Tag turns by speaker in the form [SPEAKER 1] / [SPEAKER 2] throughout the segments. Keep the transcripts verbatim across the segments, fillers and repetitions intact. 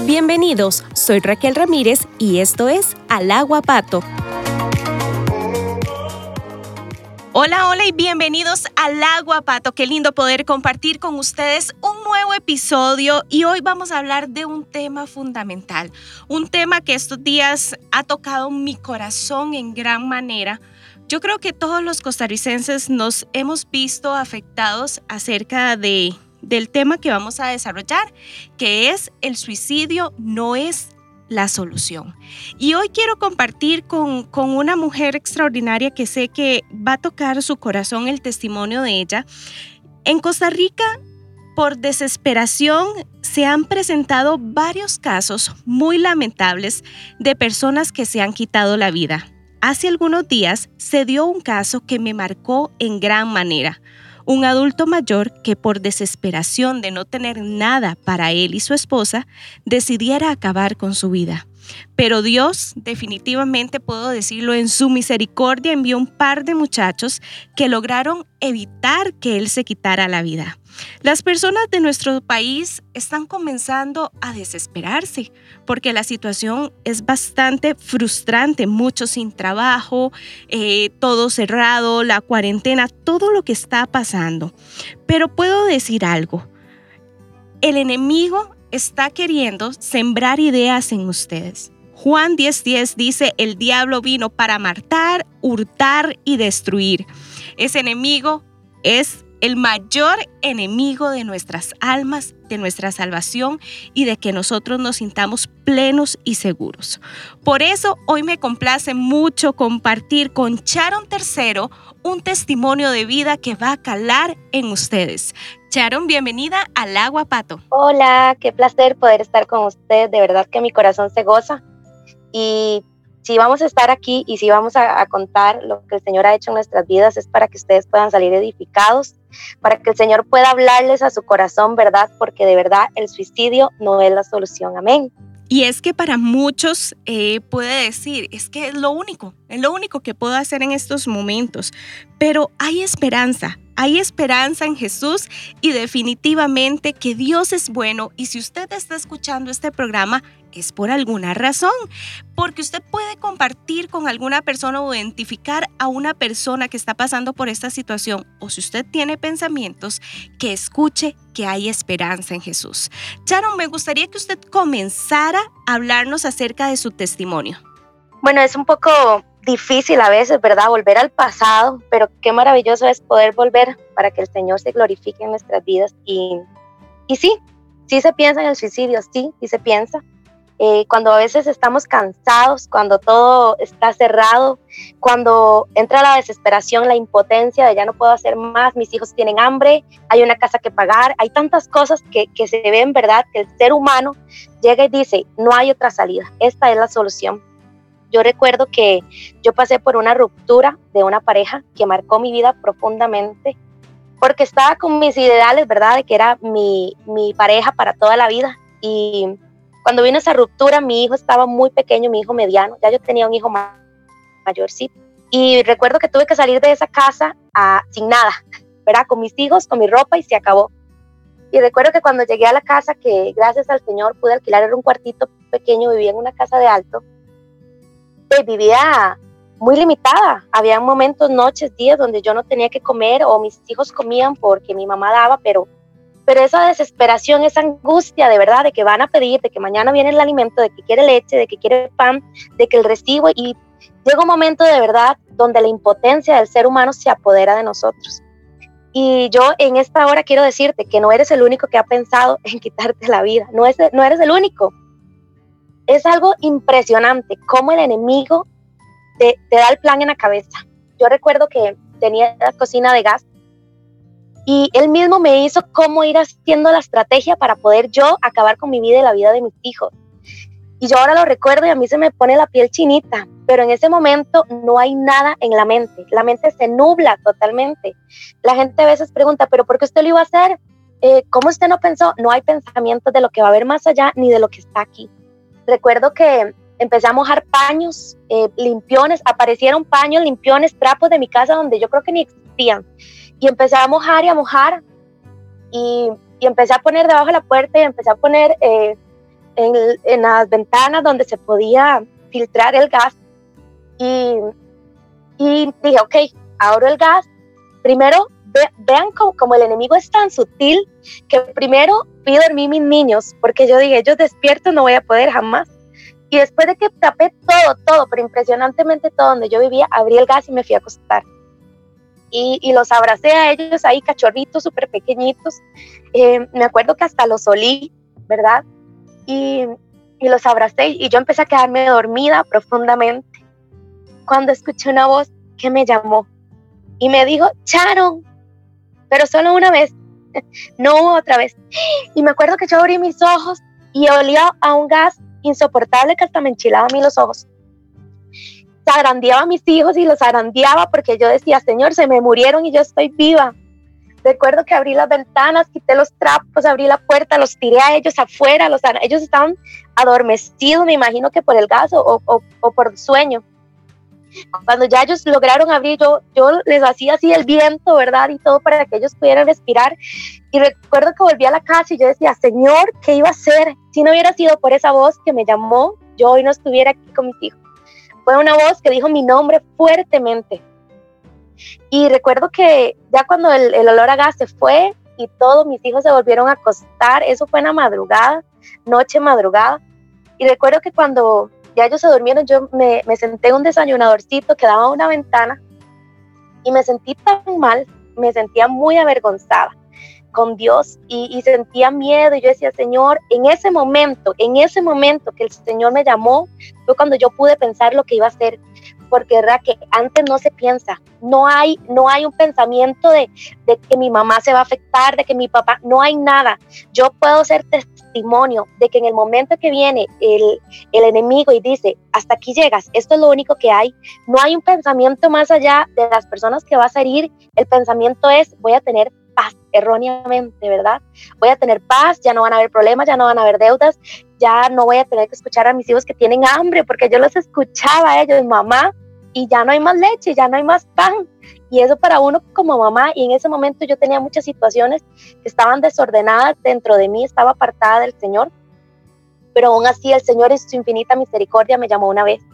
[SPEAKER 1] Bienvenidos, soy Raquel Ramírez y esto es Al Agua Pato. Hola, hola y bienvenidos al Agua Pato. Qué lindo poder compartir con ustedes un nuevo episodio y hoy vamos a hablar de un tema fundamental, un tema que estos días ha tocado mi corazón en gran manera. Yo creo que todos los costarricenses nos hemos visto afectados acerca de, del tema que vamos a desarrollar, que es el suicidio no es la solución. Y hoy quiero compartir con, con una mujer extraordinaria que sé que va a tocar su corazón el testimonio de ella. En Costa Rica, por desesperación, se han presentado varios casos muy lamentables de personas que se han quitado la vida. Hace algunos días se dio un caso que me marcó en gran manera. Un adulto mayor que por desesperación de no tener nada para él y su esposa, decidiera acabar con su vida. Pero Dios, definitivamente puedo decirlo, en su misericordia envió un par de muchachos que lograron evitar que él se quitara la vida. Las personas de nuestro país están comenzando a desesperarse porque la situación es bastante frustrante, muchos sin trabajo, eh, todo cerrado, la cuarentena, todo lo que está pasando. Pero puedo decir algo, el enemigo está queriendo sembrar ideas en ustedes. Juan diez diez dice, el diablo vino para matar, hurtar y destruir. Ese enemigo es el mayor enemigo de nuestras almas, de nuestra salvación y de que nosotros nos sintamos plenos y seguros. Por eso hoy me complace mucho compartir con Sharon Tercero un testimonio de vida que va a calar en ustedes. Sharon, bienvenida al Agua Pato.
[SPEAKER 2] Hola, qué placer poder estar con ustedes. De verdad que mi corazón se goza. Y si vamos a estar aquí y si vamos a, a contar lo que el Señor ha hecho en nuestras vidas, es para que ustedes puedan salir edificados, para que el Señor pueda hablarles a su corazón, ¿verdad? Porque de verdad el suicidio no es la solución. Amén.
[SPEAKER 1] Y es que para muchos eh, puede decir, es que es lo único, es lo único que puedo hacer en estos momentos. Pero hay esperanza, hay esperanza en Jesús y definitivamente que Dios es bueno. Y si usted está escuchando este programa, es por alguna razón, porque usted puede compartir con alguna persona o identificar a una persona que está pasando por esta situación, o si usted tiene pensamientos, que escuche que hay esperanza en Jesús. Sharon, me gustaría que usted comenzara a hablarnos acerca de su testimonio.
[SPEAKER 2] Bueno, es un poco difícil a veces, ¿verdad? Volver al pasado, pero qué maravilloso es poder volver para que el Señor se glorifique en nuestras vidas. Y, y sí, sí se piensa en el suicidio, sí, sí se piensa. Eh, cuando a veces estamos cansados, cuando todo está cerrado, cuando entra la desesperación, la impotencia de ya no puedo hacer más, mis hijos tienen hambre, hay una casa que pagar, hay tantas cosas que, que se ven, ¿verdad? Que el ser humano llega y dice, no hay otra salida, esta es la solución. Yo recuerdo que yo pasé por una ruptura de una pareja que marcó mi vida profundamente, porque estaba con mis ideales, ¿verdad? De que era mi, mi pareja para toda la vida. Y cuando vino esa ruptura, mi hijo estaba muy pequeño, mi hijo mediano, ya yo tenía un hijo mayorcito. Y recuerdo que tuve que salir de esa casa a, sin nada, ¿verdad? Con mis hijos, con mi ropa y se acabó. Y recuerdo que cuando llegué a la casa, que gracias al Señor pude alquilar, era un cuartito pequeño, vivía en una casa de alto, y vivía muy limitada. Había momentos, noches, días donde yo no tenía que comer o mis hijos comían porque mi mamá daba, pero Pero esa desesperación, esa angustia de verdad de que van a pedir, de que mañana viene el alimento, de que quiere leche, de que quiere pan, de que el recibo, y llega un momento de verdad donde la impotencia del ser humano se apodera de nosotros. Y yo en esta hora quiero decirte que no eres el único que ha pensado en quitarte la vida, no, es, no eres el único. Es algo impresionante cómo el enemigo te, te da el plan en la cabeza. Yo recuerdo que tenía la cocina de gas, y él mismo me hizo cómo ir haciendo la estrategia para poder yo acabar con mi vida y la vida de mis hijos. Y yo ahora lo recuerdo y a mí se me pone la piel chinita, pero en ese momento no hay nada en la mente. La mente se nubla totalmente. La gente a veces pregunta, ¿pero por qué usted lo iba a hacer? Eh, ¿Cómo usted no pensó? No hay pensamientos de lo que va a haber más allá ni de lo que está aquí. Recuerdo que empecé a mojar paños, eh, limpiones, aparecieron paños, limpiones, trapos de mi casa donde yo creo que ni existían. Y empecé a mojar y a mojar y, y empecé a poner debajo de la puerta y empecé a poner eh, en, en las ventanas donde se podía filtrar el gas y, y dije, ok, abro el gas. Primero, ve, vean como, como el enemigo es tan sutil que primero vi dormir mis niños, porque yo dije, ellos despiertos no voy a poder jamás. Y después de que tapé todo, todo, pero impresionantemente todo donde yo vivía, abrí el gas y me fui a acostar. Y, y los abracé a ellos ahí, cachorritos, súper pequeñitos. Eh, me acuerdo que hasta los olí, ¿verdad? Y, y los abracé y yo empecé a quedarme dormida profundamente cuando escuché una voz que me llamó y me dijo, Sharon, pero solo una vez, no hubo otra vez. Y me acuerdo que yo abrí mis ojos y olía a un gas insoportable que hasta me enchilaba a mí los ojos. Zarandeaba a mis hijos y los zarandeaba porque yo decía, Señor, se me murieron y yo estoy viva. Recuerdo que abrí las ventanas, quité los trapos, abrí la puerta, los tiré a ellos afuera, los, ellos estaban adormecidos, me imagino que por el gas o, o, o por el sueño. Cuando ya ellos lograron abrir, yo, yo les hacía así el viento, ¿verdad? Y todo para que ellos pudieran respirar. Y recuerdo que volví a la casa y yo decía, Señor, ¿qué iba a hacer? Si no hubiera sido por esa voz que me llamó, yo hoy no estuviera aquí con mis hijos. Fue una voz que dijo mi nombre fuertemente. Y recuerdo que ya cuando el, el olor a gas se fue y todos mis hijos se volvieron a acostar, eso fue en la madrugada, noche madrugada. Y recuerdo que cuando ya ellos se durmieron, yo me, me senté en un desayunadorcito que daba a una ventana y me sentí tan mal, me sentía muy avergonzada con Dios y, y sentía miedo. Y yo decía, Señor, en ese momento, en ese momento que el Señor me llamó, fue cuando yo pude pensar lo que iba a hacer. Porque verdad que antes no se piensa, no hay, no hay un pensamiento de, de que mi mamá se va a afectar, de que mi papá, no hay nada. Yo puedo ser testimonio de que en el momento que viene el, el enemigo y dice, hasta aquí llegas, esto es lo único que hay, no hay un pensamiento más allá de las personas que vas a herir. El pensamiento es, voy a tener paz, erróneamente, ¿verdad? Voy a tener paz, ya no van a haber problemas, ya no van a haber deudas, ya no voy a tener que escuchar a mis hijos que tienen hambre, porque yo los escuchaba a ellos, mamá, y ya no hay más leche, ya no hay más pan. Y eso para uno como mamá, y en ese momento yo tenía muchas situaciones que estaban desordenadas dentro de mí, estaba apartada del Señor, pero aún así el Señor en su infinita misericordia me llamó una vez,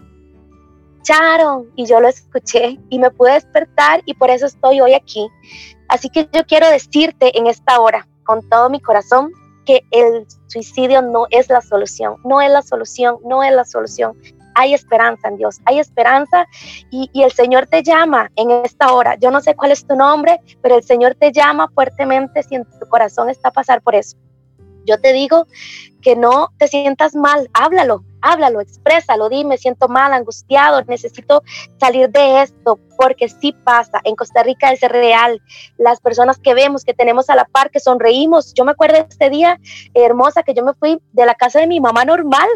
[SPEAKER 2] Sharon, y yo lo escuché y me pude despertar y por eso estoy hoy aquí. Así que yo quiero decirte en esta hora, con todo mi corazón, que el suicidio no es la solución, no es la solución, no es la solución. Hay esperanza en Dios, hay esperanza y, y el Señor te llama en esta hora. Yo no sé cuál es tu nombre, pero el Señor te llama fuertemente si en tu corazón está a pasar por eso. Yo te digo que no te sientas mal, háblalo, háblalo, exprésalo, di, me siento mal, angustiado, necesito salir de esto, porque sí pasa. En Costa Rica es real. Las personas que vemos, que tenemos a la par, que sonreímos. Yo me acuerdo de este día, eh, hermosa, que yo me fui de la casa de mi mamá normal.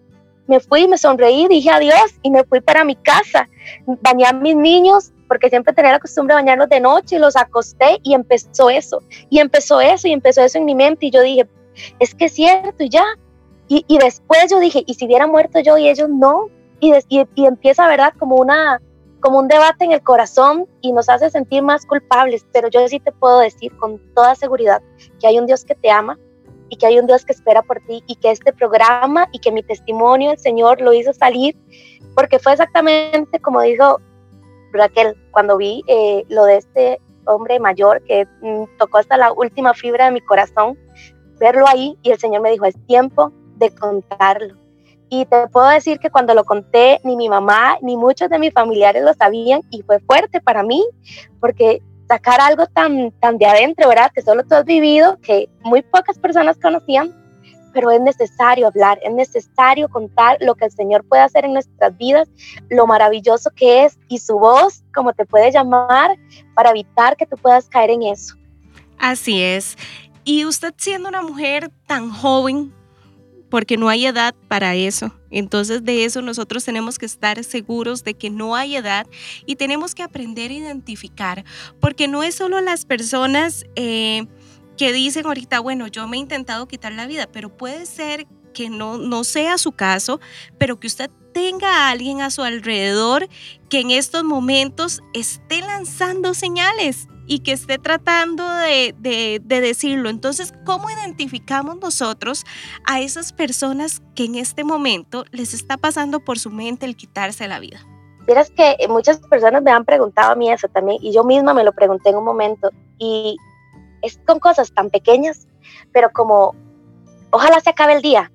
[SPEAKER 2] Me fui, me sonreí, dije adiós y me fui para mi casa. Bañé a mis niños, porque siempre tenía la costumbre de bañarlos de noche, y los acosté y empezó eso. Y empezó eso y empezó eso en mi mente y yo dije, es que es cierto y ya. Y, y después yo dije, ¿y si hubiera muerto yo y ellos no? Y, des, y, y empieza, ¿verdad? Como, una, como un debate en el corazón y nos hace sentir más culpables. Pero yo sí te puedo decir con toda seguridad que hay un Dios que te ama y que hay un Dios que espera por ti y que este programa y que mi testimonio el Señor lo hizo salir porque fue exactamente como dijo Raquel cuando vi eh, lo de este hombre mayor que mm, tocó hasta la última fibra de mi corazón, verlo ahí y el Señor me dijo, es tiempo de contarlo. Y te puedo decir que cuando lo conté, ni mi mamá ni muchos de mis familiares lo sabían y fue fuerte para mí, porque sacar algo tan, tan de adentro, ¿verdad? Que solo tú has vivido, que muy pocas personas conocían, pero es necesario hablar, es necesario contar lo que el Señor puede hacer en nuestras vidas, lo maravilloso que es y su voz, como te puede llamar, para evitar que tú puedas caer en eso.
[SPEAKER 1] Así es. Y usted siendo una mujer tan joven, porque no hay edad para eso. Entonces de eso nosotros tenemos que estar seguros de que no hay edad y tenemos que aprender a identificar, porque no es solo las personas eh, que dicen ahorita, bueno, yo me he intentado quitar la vida, pero puede ser que no, no sea su caso, pero que usted tenga a alguien a su alrededor que en estos momentos esté lanzando señales y que esté tratando de, de, de decirlo. Entonces, ¿cómo identificamos nosotros a esas personas que en este momento les está pasando por su mente el quitarse la vida?
[SPEAKER 2] Vieras que muchas personas me han preguntado a mí eso también, y yo misma me lo pregunté en un momento, y es con cosas tan pequeñas, pero como, ojalá se acabe el día,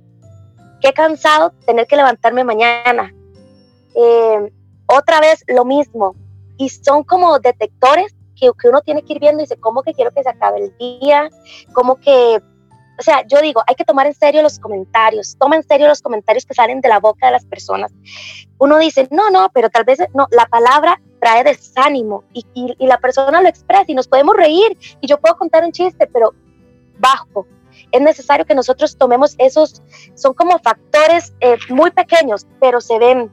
[SPEAKER 2] qué cansado tener que levantarme mañana, eh, otra vez lo mismo, y son como detectores que, que uno tiene que ir viendo y dice, ¿cómo que quiero que se acabe el día? ¿Cómo que...? O sea, yo digo, hay que tomar en serio los comentarios, toma en serio los comentarios que salen de la boca de las personas. Uno dice, no, no, pero tal vez no, la palabra trae desánimo y, y, y la persona lo expresa y nos podemos reír y yo puedo contar un chiste, pero bajo. Es necesario que nosotros tomemos esos, son como factores eh, muy pequeños, pero se ven.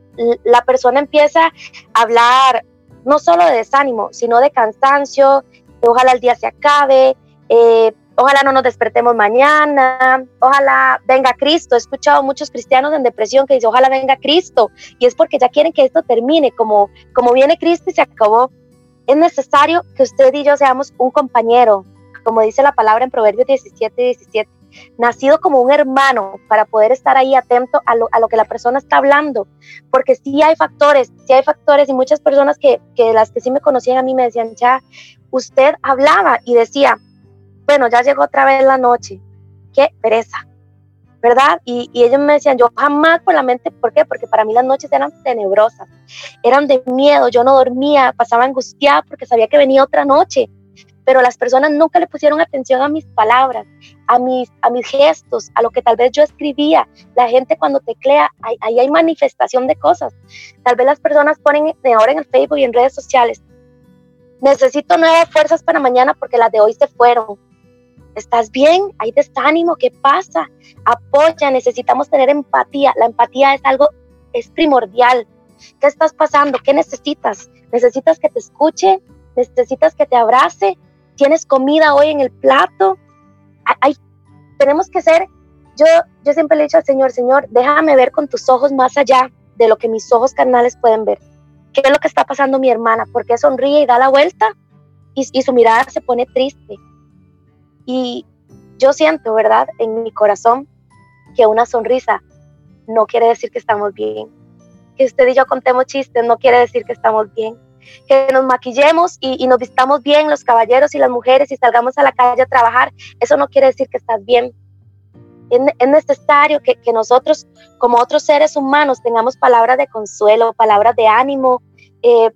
[SPEAKER 2] La persona empieza a hablar no solo de desánimo, sino de cansancio, de ojalá el día se acabe, eh, ojalá no nos despertemos mañana, ojalá venga Cristo. He escuchado muchos cristianos en depresión que dicen, ojalá venga Cristo, y es porque ya quieren que esto termine, como, como viene Cristo y se acabó. Es necesario que usted y yo seamos un compañero, como dice la palabra en Proverbios diecisiete, diecisiete, nacido como un hermano, para poder estar ahí atento a lo, a lo que la persona está hablando, porque sí hay factores, sí hay factores, y muchas personas que, que las que sí me conocían a mí me decían, ya, usted hablaba y decía, bueno, ya llegó otra vez la noche, qué pereza, ¿verdad? Y, y ellos me decían, yo jamás por la mente, ¿por qué? Porque para mí las noches eran tenebrosas, eran de miedo, yo no dormía, pasaba angustiada porque sabía que venía otra noche, pero las personas nunca le pusieron atención a mis palabras, a mis, a mis gestos, a lo que tal vez yo escribía. La gente cuando teclea, ahí, ahí hay manifestación de cosas. Tal vez las personas ponen ahora en el Facebook y en redes sociales, necesito nuevas fuerzas para mañana porque las de hoy se fueron. ¿Estás bien? ¿Hay desánimo? ¿Qué pasa? Apoya, necesitamos tener empatía. La empatía es algo, es primordial. ¿Qué estás pasando? ¿Qué necesitas? ¿Necesitas que te escuche? ¿Necesitas que te abrace? ¿Tienes comida hoy en el plato? Ay, tenemos que ser, yo, yo siempre le he dicho al Señor, Señor, déjame ver con tus ojos más allá de lo que mis ojos carnales pueden ver. ¿Qué es lo que está pasando mi hermana? ¿Por qué sonríe y da la vuelta? Y, y su mirada se pone triste. Y yo siento, ¿verdad?, en mi corazón, que una sonrisa no quiere decir que estamos bien. Que usted y yo contemos chistes no quiere decir que estamos bien. Que nos maquillemos y, y nos vistamos bien los caballeros y las mujeres y salgamos a la calle a trabajar, eso no quiere decir que estás bien. Es, es necesario que, que nosotros, como otros seres humanos, tengamos palabras de consuelo, palabras de ánimo. Eh,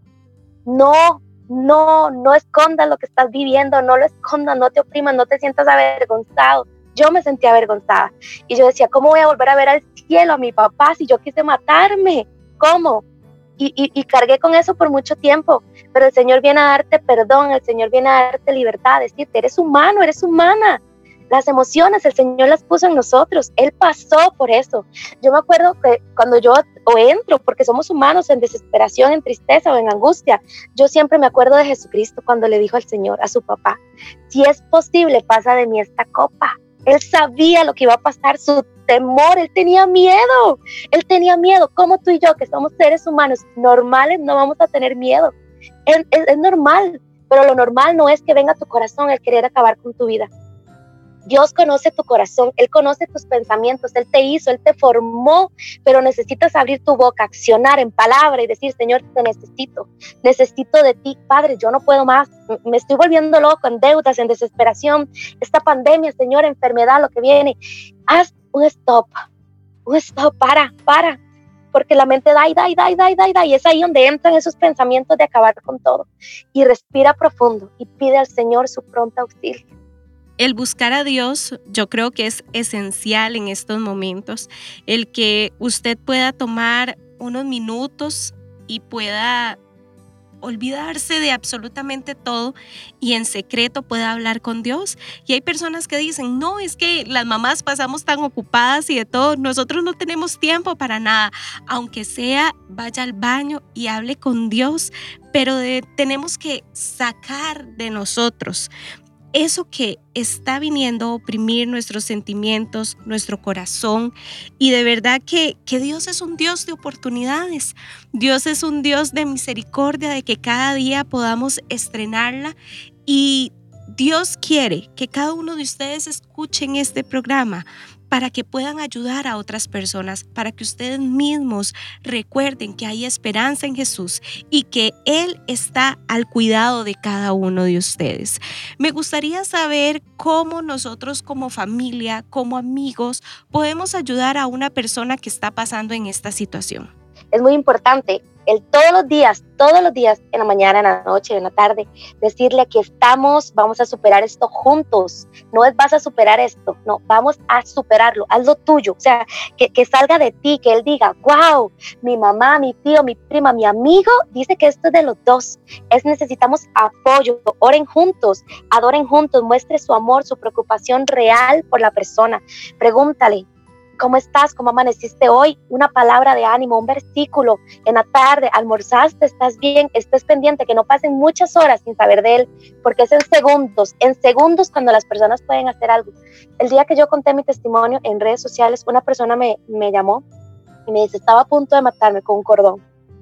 [SPEAKER 2] no, no, no escondas lo que estás viviendo, no lo escondas, no te oprimas, no te sientas avergonzado. Yo me sentía avergonzada y yo decía, ¿cómo voy a volver a ver al cielo a mi papá si yo quise matarme? ¿Cómo? Y, y, y cargué con eso por mucho tiempo, pero el Señor viene a darte perdón, el Señor viene a darte libertad, a decirte, eres humano, eres humana. Las emociones el Señor las puso en nosotros, Él pasó por eso. Yo me acuerdo que cuando yo o entro, porque somos humanos, en desesperación, en tristeza o en angustia, yo siempre me acuerdo de Jesucristo cuando le dijo al Señor, a su papá, si es posible, pasa de mí esta copa. Él sabía lo que iba a pasar, su temor, él tenía miedo, él tenía miedo, como tú y yo, que somos seres humanos normales, no vamos a tener miedo, es, es, es normal, pero lo normal no es que venga a tu corazón el querer acabar con tu vida. Dios conoce tu corazón, Él conoce tus pensamientos, Él te hizo, Él te formó, pero necesitas abrir tu boca, accionar en palabra y decir, Señor, te necesito, necesito de ti, Padre, yo no puedo más, me estoy volviendo loco en deudas, en desesperación, esta pandemia, Señor, enfermedad, lo que viene. Haz un stop, un stop, para, para, porque la mente da y da y da y da y da y da, y es ahí donde entran esos pensamientos de acabar con todo. Y respira profundo y pide al Señor su pronto auxilio.
[SPEAKER 1] El buscar a Dios, yo creo que es esencial en estos momentos, el que usted pueda tomar unos minutos y pueda olvidarse de absolutamente todo y en secreto pueda hablar con Dios. Y hay personas que dicen, no, es que las mamás pasamos tan ocupadas y de todo, nosotros no tenemos tiempo para nada, aunque sea vaya al baño y hable con Dios, pero de, tenemos que sacar de nosotros eso que está viniendo a oprimir nuestros sentimientos, nuestro corazón. Y de verdad que, que Dios es un Dios de oportunidades. Dios es un Dios de misericordia, de que cada día podamos estrenarla. Y Dios quiere que cada uno de ustedes escuchen este programa para que puedan ayudar a otras personas, para que ustedes mismos recuerden que hay esperanza en Jesús y que Él está al cuidado de cada uno de ustedes. Me gustaría saber cómo nosotros como familia, como amigos, podemos ayudar a una persona que está pasando en esta situación.
[SPEAKER 2] Es muy importante el todos los días, todos los días, en la mañana, en la noche, en la tarde, decirle que estamos, vamos a superar esto juntos. No es vas a superar esto, no, vamos a superarlo, haz lo tuyo. O sea, que, que salga de ti, que él diga, wow, mi mamá, mi tío, mi prima, mi amigo, dice que esto es de los dos. Es necesitamos apoyo, oren juntos, adoren juntos, muestre su amor, su preocupación real por la persona. Pregúntale, ¿cómo estás? ¿Cómo amaneciste hoy? Una palabra de ánimo, un versículo en la tarde, almorzaste, estás bien, estés pendiente, que no pasen muchas horas sin saber de él, porque es en segundos, en segundos cuando las personas pueden hacer algo. El día que yo conté mi testimonio en redes sociales, una persona me, me llamó y me dice, estaba a punto de matarme con un cordón.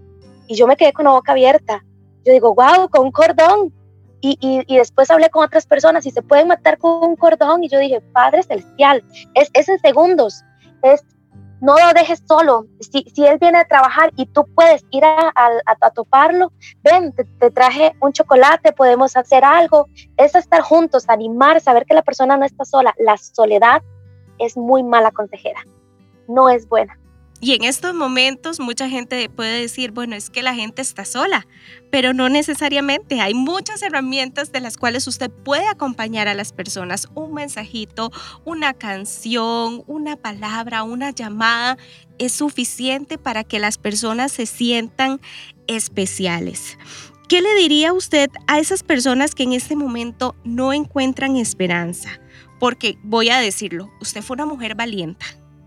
[SPEAKER 2] Y yo me quedé con la boca abierta. Yo digo, wow, con un cordón. Y, y, y después hablé con otras personas y se pueden matar con un cordón. Y yo dije, Padre Celestial, es, es en segundos. Es, no lo dejes solo. Si, si él viene a trabajar y tú puedes ir a, a, a toparlo, ven, te, te traje un chocolate, podemos hacer algo. Es estar juntos, animar, saber que la persona no está sola. La soledad es muy mala consejera, no es buena.
[SPEAKER 1] Y en estos momentos mucha gente puede decir, bueno, es que la gente está sola, pero no necesariamente. Hay muchas herramientas de las cuales usted puede acompañar a las personas. Un mensajito, una canción, una palabra, una llamada es suficiente para que las personas se sientan especiales. ¿Qué le diría usted a esas personas que en este momento no encuentran esperanza? Porque voy a decirlo, usted fue una mujer valiente.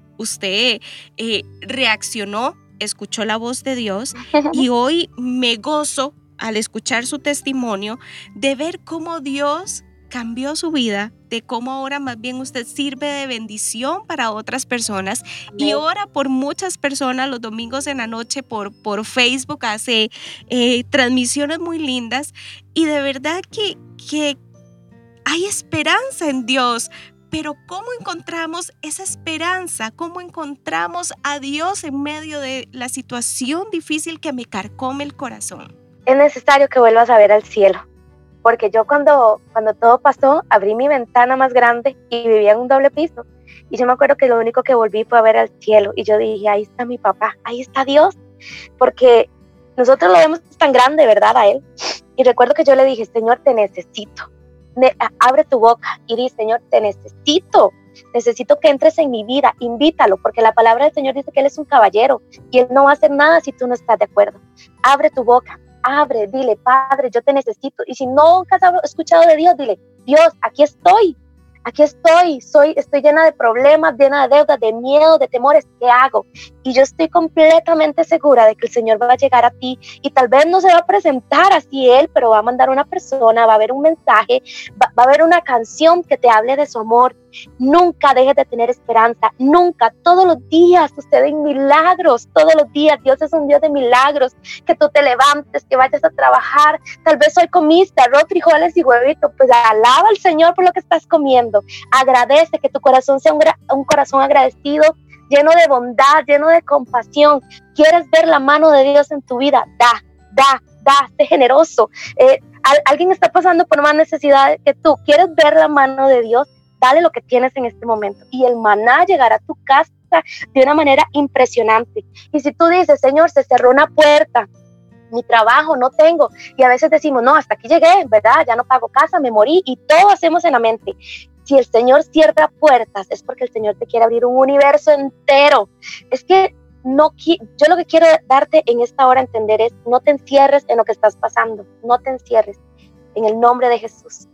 [SPEAKER 1] Usted eh, reaccionó, escuchó la voz de Dios y hoy me gozo al escuchar su testimonio de ver cómo Dios cambió su vida, de cómo ahora más bien usted sirve de bendición para otras personas. Amén. Y ora por muchas personas los domingos en la noche por, por Facebook, hace eh, transmisiones muy lindas y de verdad que, que hay esperanza en Dios. Pero ¿cómo encontramos esa esperanza? ¿Cómo encontramos a Dios en medio de la situación difícil que me carcome el corazón?
[SPEAKER 2] Es necesario que vuelvas a ver al cielo, porque yo cuando, cuando todo pasó, abrí mi ventana más grande y vivía en un doble piso. Y yo me acuerdo que lo único que volví fue a ver al cielo. Y yo dije, ahí está mi papá, ahí está Dios. Porque nosotros lo vemos tan grande, ¿verdad? A Él. Y recuerdo que yo le dije, Señor, te necesito. Abre tu boca y di, Señor, te necesito, necesito que entres en mi vida, invítalo, porque la palabra del Señor dice que Él es un caballero y Él no va a hacer nada si tú no estás de acuerdo. Abre tu boca, abre, dile, Padre, yo te necesito. Y si nunca has escuchado de Dios, dile, Dios, aquí estoy, aquí estoy, soy, estoy llena de problemas, llena de deudas, de miedo, de temores, ¿qué hago? Y yo estoy completamente segura de que el Señor va a llegar a ti y tal vez no se va a presentar así Él, pero va a mandar una persona, va a haber un mensaje, va, va a haber una canción que te hable de su amor. Nunca dejes de tener esperanza, nunca, todos los días suceden milagros, todos los días Dios es un Dios de milagros, que tú te levantes, que vayas a trabajar, tal vez hoy comiste arroz, frijoles y huevito, pues alaba al Señor por lo que estás comiendo, agradece, que tu corazón sea un, gra- un corazón agradecido, lleno de bondad, lleno de compasión. ¿Quieres ver la mano de Dios en tu vida? Da, da, da, sé generoso. Eh, alguien está pasando por más necesidad que tú, ¿quieres ver la mano de Dios? Dale lo que tienes en este momento y el maná llegará a tu casa de una manera impresionante. Y si tú dices, Señor, se cerró una puerta, mi trabajo no tengo, y a veces decimos, no, hasta aquí llegué, ¿verdad? Ya no pago casa, me morí, y todo hacemos en la mente. Si el Señor cierra puertas es porque el Señor te quiere abrir un universo entero. Es que no, yo lo que quiero darte en esta hora a entender es, no te encierres en lo que estás pasando, no te encierres, en el nombre de Jesús.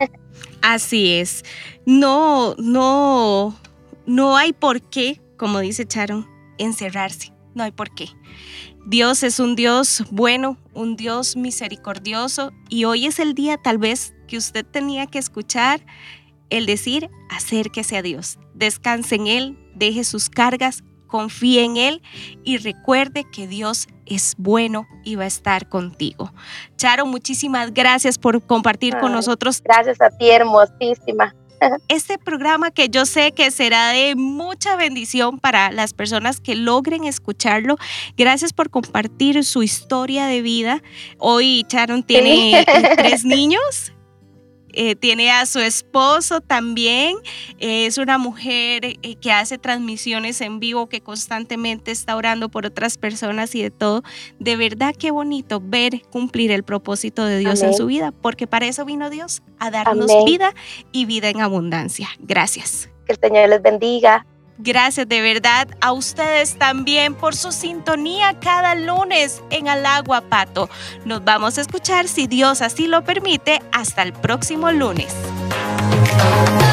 [SPEAKER 1] Así es. No, no, no hay por qué, como dice Sharon, encerrarse. No hay por qué. Dios es un Dios bueno, un Dios misericordioso y hoy es el día tal vez que usted tenía que escuchar, el decir, acérquese a Dios, descanse en Él, deje sus cargas, confíe en Él y recuerde que Dios es bueno y va a estar contigo. Charo, muchísimas gracias por compartir Ay, con nosotros.
[SPEAKER 2] Gracias a ti, hermosísima.
[SPEAKER 1] Este programa que yo sé que será de mucha bendición para las personas que logren escucharlo. Gracias por compartir su historia de vida. Hoy Sharon tiene sí. tres niños. Eh, tiene a su esposo también, eh, es una mujer eh, que hace transmisiones en vivo, que constantemente está orando por otras personas y de todo. De verdad qué bonito ver cumplir el propósito de Dios Amén. En su vida, porque para eso vino Dios, a darnos Amén. Vida y vida en abundancia. Gracias.
[SPEAKER 2] Que el Señor les bendiga.
[SPEAKER 1] Gracias de verdad a ustedes también por su sintonía cada lunes en Al Agua Pato. Nos vamos a escuchar, si Dios así lo permite, hasta el próximo lunes.